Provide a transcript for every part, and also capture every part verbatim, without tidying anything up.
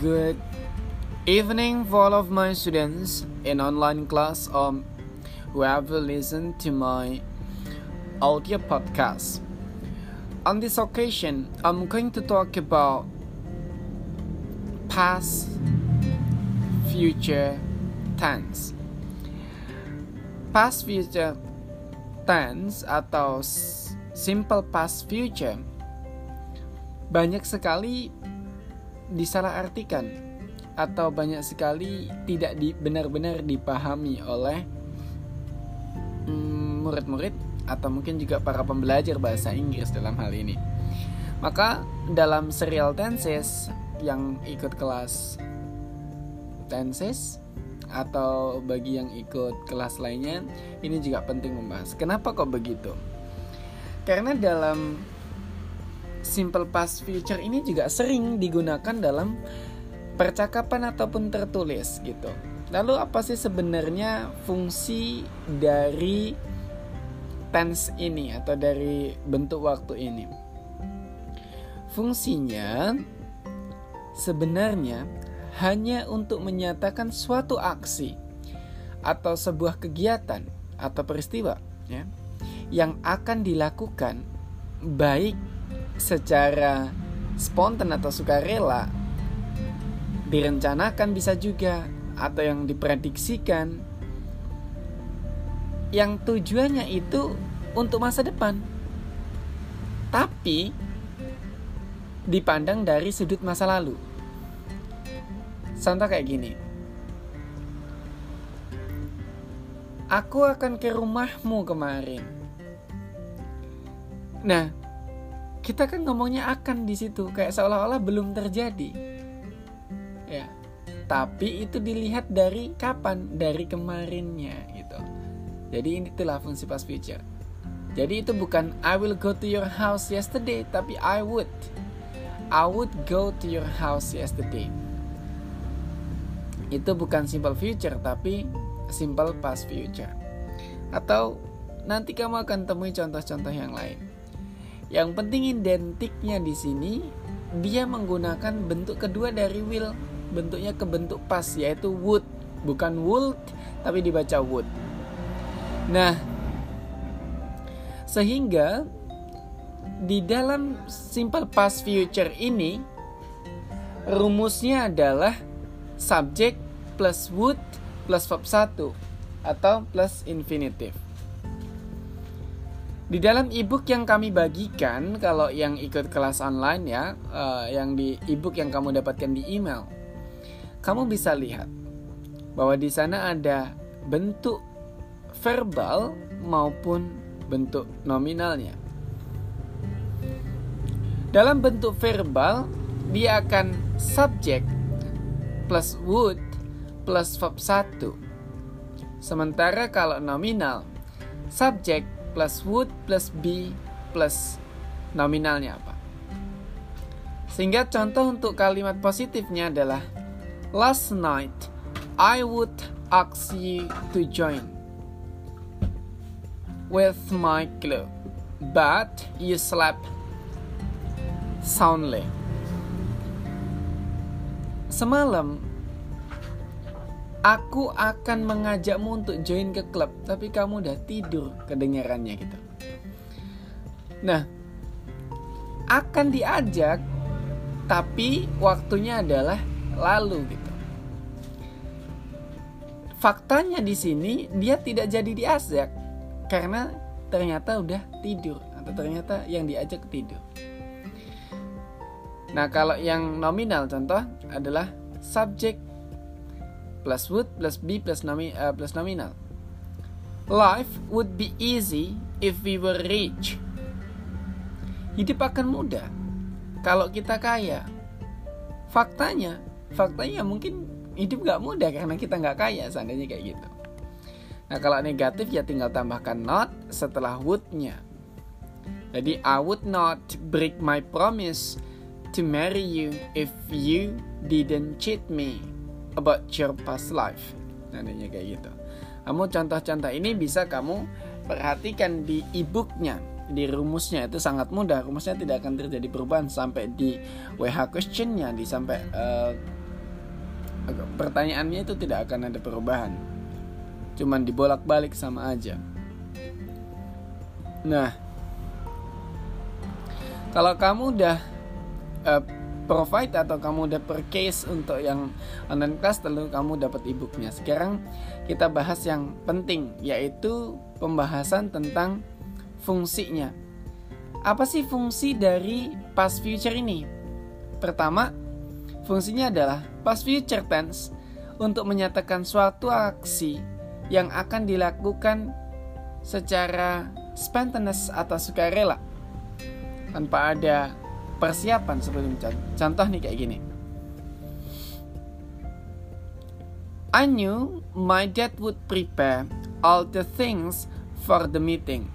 Good evening for all of my students in online class or whoever listen to my audio podcast. On this occasion, I'm going to talk about past, future tense. Past future tense atau simple past future banyak sekali disalahartikan atau banyak sekali tidak di, benar-benar dipahami oleh mm, murid-murid atau mungkin juga para pembelajar bahasa Inggris dalam hal ini. Maka dalam serial tenses yang ikut kelas tenses atau bagi yang ikut kelas lainnya, ini juga penting membahas. Kenapa kok begitu? Karena dalam simple past future ini juga sering digunakan dalam percakapan ataupun tertulis gitu. Lalu apa sih sebenarnya fungsi dari tense ini atau dari bentuk waktu ini? Fungsinya sebenarnya hanya untuk menyatakan suatu aksi atau sebuah kegiatan atau peristiwa ya, yang akan dilakukan baik secara spontan atau sukarela, direncanakan bisa juga, atau yang diprediksikan, yang tujuannya itu untuk masa depan, tapi dipandang dari sudut masa lalu. Contoh kayak gini, aku akan ke rumahmu kemarin. Nah, kita kan ngomongnya akan di situ, kayak seolah-olah belum terjadi. Ya, tapi itu dilihat dari kapan, dari kemarinnya gitu. Jadi itulah fungsi past future. Jadi itu bukan I will go to your house yesterday, tapi I would. I would go to your house yesterday. Itu bukan simple future, tapi simple past future. Atau nanti kamu akan temui contoh-contoh yang lain. Yang penting identiknya di sini dia menggunakan bentuk kedua dari will, bentuknya ke bentuk past, yaitu would, bukan would tapi dibaca would. Nah, sehingga di dalam simple past future ini rumusnya adalah subject plus would plus verb satu atau plus infinitive. Di dalam ebook yang kami bagikan, kalau yang ikut kelas online ya, uh, yang di ebook yang kamu dapatkan di email, kamu bisa lihat bahwa di sana ada bentuk verbal maupun bentuk nominalnya. Dalam bentuk verbal, dia akan subject plus would plus verb satu. Sementara kalau nominal, subject plus would plus be plus nominalnya apa. Sehingga contoh untuk kalimat positifnya adalah last night I would ask you to join with my club, but you slept soundly. Semalam aku akan mengajakmu untuk join ke klub, tapi kamu udah tidur, kedengarannya gitu. Nah, akan diajak, tapi waktunya adalah lalu gitu. Faktanya di sini dia tidak jadi diajak karena ternyata udah tidur atau ternyata yang diajak tidur. Nah, kalau yang nominal contoh adalah subject plus would plus be plus, nomi, uh, plus nominal. Life would be easy if we were rich. Hidup akan mudah kalau kita kaya. Faktanya, faktanya mungkin hidup gak mudah karena kita gak kaya, seandainya kayak gitu. Nah, kalau negatif ya tinggal tambahkan not setelah would-nya. Jadi I would not break my promise to marry you if you didn't cheat me about your past life. Nantinya kayak gitu. Kamu contoh-contoh ini bisa kamu perhatikan di e-booknya, di rumusnya itu sangat mudah. Rumusnya tidak akan terjadi perubahan sampai di W H questionnya, di sampai uh, pertanyaannya itu tidak akan ada perubahan, cuman dibolak-balik sama aja. Nah, kalau kamu udah uh, provide atau kamu udah purchase untuk yang online class, lalu kamu dapat e-booknya. Sekarang kita bahas yang penting, yaitu pembahasan tentang fungsinya. Apa sih fungsi dari past future ini? Pertama, fungsinya adalah past future tense untuk menyatakan suatu aksi yang akan dilakukan secara spontaneous atau sukarela tanpa ada persiapan sebelum. Contoh nih kayak gini. I knew my dad would prepare all the things for the meeting.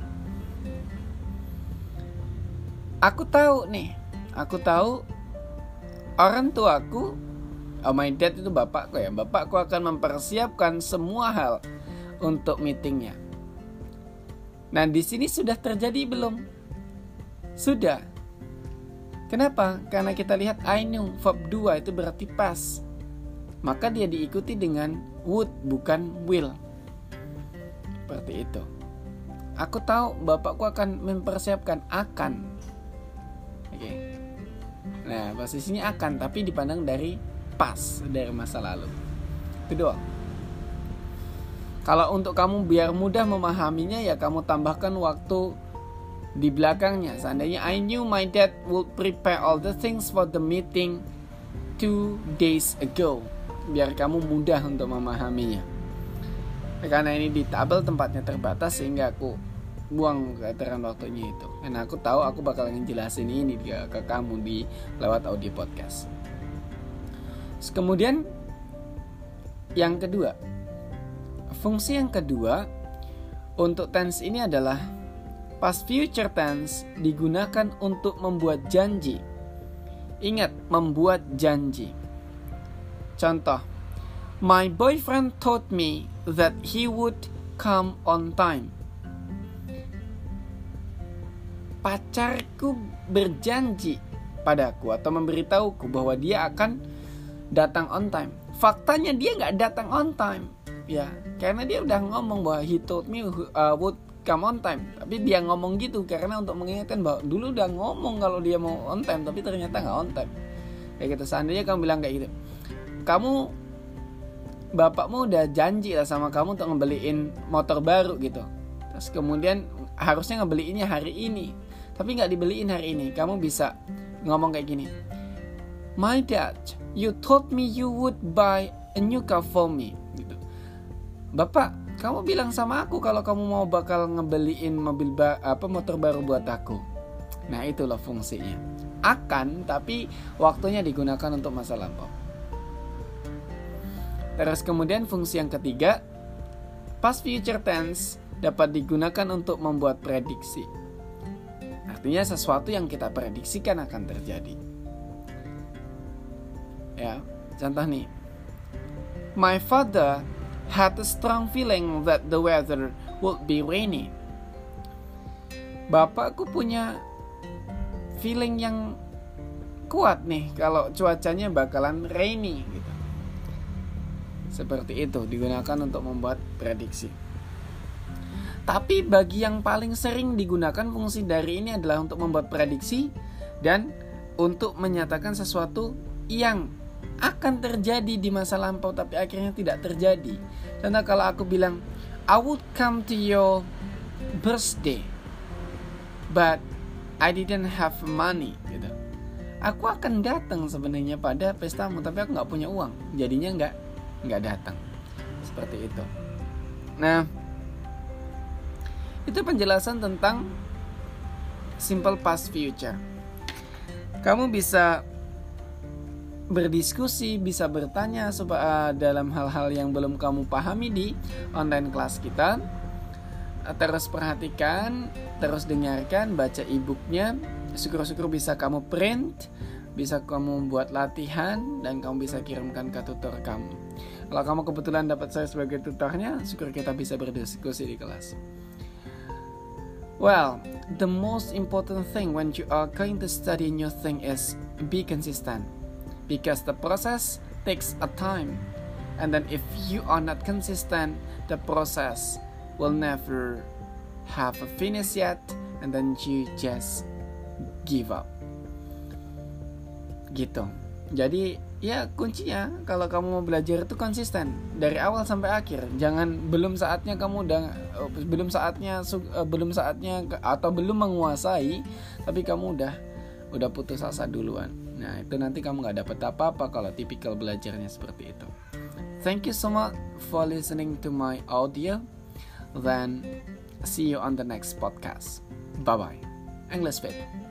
Aku tahu nih, aku tahu orang tuaku, oh my dad itu bapakku ya, bapakku akan mempersiapkan semua hal untuk meetingnya. Nah, di sini sudah terjadi belum? Sudah. Kenapa? Karena kita lihat I knew, verb dua itu berarti past. Maka dia diikuti dengan would, bukan will. Seperti itu. Aku tahu bapakku akan mempersiapkan, akan. Oke. Okay. Nah, posisinya akan, tapi dipandang dari past, dari masa lalu. Kedua, kalau untuk kamu biar mudah memahaminya, ya kamu tambahkan waktu di belakangnya. Seandainya I knew my dad would prepare all the things for the meeting two days ago, biar kamu mudah untuk memahaminya. Karena ini di tabel tempatnya terbatas, sehingga aku buang keterangan waktunya itu. Karena aku tahu aku bakal ngejelasin ini ke, ke kamu di lewat audio podcast. Terus kemudian yang kedua, fungsi yang kedua untuk tense ini adalah past future tense digunakan untuk membuat janji. Ingat, membuat janji. Contoh, my boyfriend told me that he would come on time. Pacarku berjanji padaku atau memberitahuku bahwa dia akan datang on time. Faktanya dia nggak datang on time, ya, karena dia udah ngomong bahwa he told me uh, would come on time. Tapi dia ngomong gitu karena untuk mengingatkan bahwa dulu udah ngomong kalau dia mau on time, tapi ternyata nggak on time. Kayak gitu. Seandainya kamu bilang kayak gitu, kamu bapakmu udah janji lah sama kamu untuk ngebeliin motor baru gitu. Terus kemudian harusnya ngebeliinnya hari ini, tapi nggak dibeliin hari ini. Kamu bisa ngomong kayak gini, my dad, you told me you would buy a new car for me. Gitu. Bapak, kamu bilang sama aku kalau kamu mau bakal ngebeliin mobil ba- apa motor baru buat aku. Nah, itulah fungsinya. Akan, tapi waktunya digunakan untuk masa lampau. Terus kemudian fungsi yang ketiga, past future tense dapat digunakan untuk membuat prediksi. Artinya sesuatu yang kita prediksikan akan terjadi. Ya, contoh nih. My father had a strong feeling that the weather would be rainy. Bapakku punya feeling yang kuat nih kalau cuacanya bakalan rainy gitu. Seperti itu, digunakan untuk membuat prediksi. Tapi bagi yang paling sering digunakan fungsi dari ini adalah untuk membuat prediksi dan untuk menyatakan sesuatu yang akan terjadi di masa lampau tapi akhirnya tidak terjadi. Contoh, kalau aku bilang I would come to your birthday but I didn't have money gitu. Aku akan datang sebenarnya pada pestamu tapi aku nggak punya uang, jadinya nggak nggak datang. Seperti itu. Nah, itu penjelasan tentang simple past future. Kamu bisa berdiskusi, bisa bertanya supaya dalam hal-hal yang belum kamu pahami di online kelas kita. Terus perhatikan, terus dengarkan, baca e-booknya. Syukur-syukur bisa kamu print, bisa kamu buat latihan, dan kamu bisa kirimkan ke tutor kamu. Kalau kamu kebetulan dapat saya sebagai tutornya, syukur kita bisa berdiskusi di kelas. Well, the most important thing when you are going to study new thing is be consistent. Because the process takes a time. And then if you are not consistent, the process will never have a finish yet, and then you just give up. Gitu. Jadi ya kuncinya kalau kamu mau belajar itu konsisten dari awal sampai akhir. Jangan belum saatnya kamu udah belum saatnya belum saatnya atau belum menguasai, tapi kamu udah udah putus asa duluan. Nah itu nanti kamu nggak dapat apa-apa kalau tipikal belajarnya seperti itu. Thank you so much for listening to my audio. Then see you on the next podcast. Bye bye. English Fit.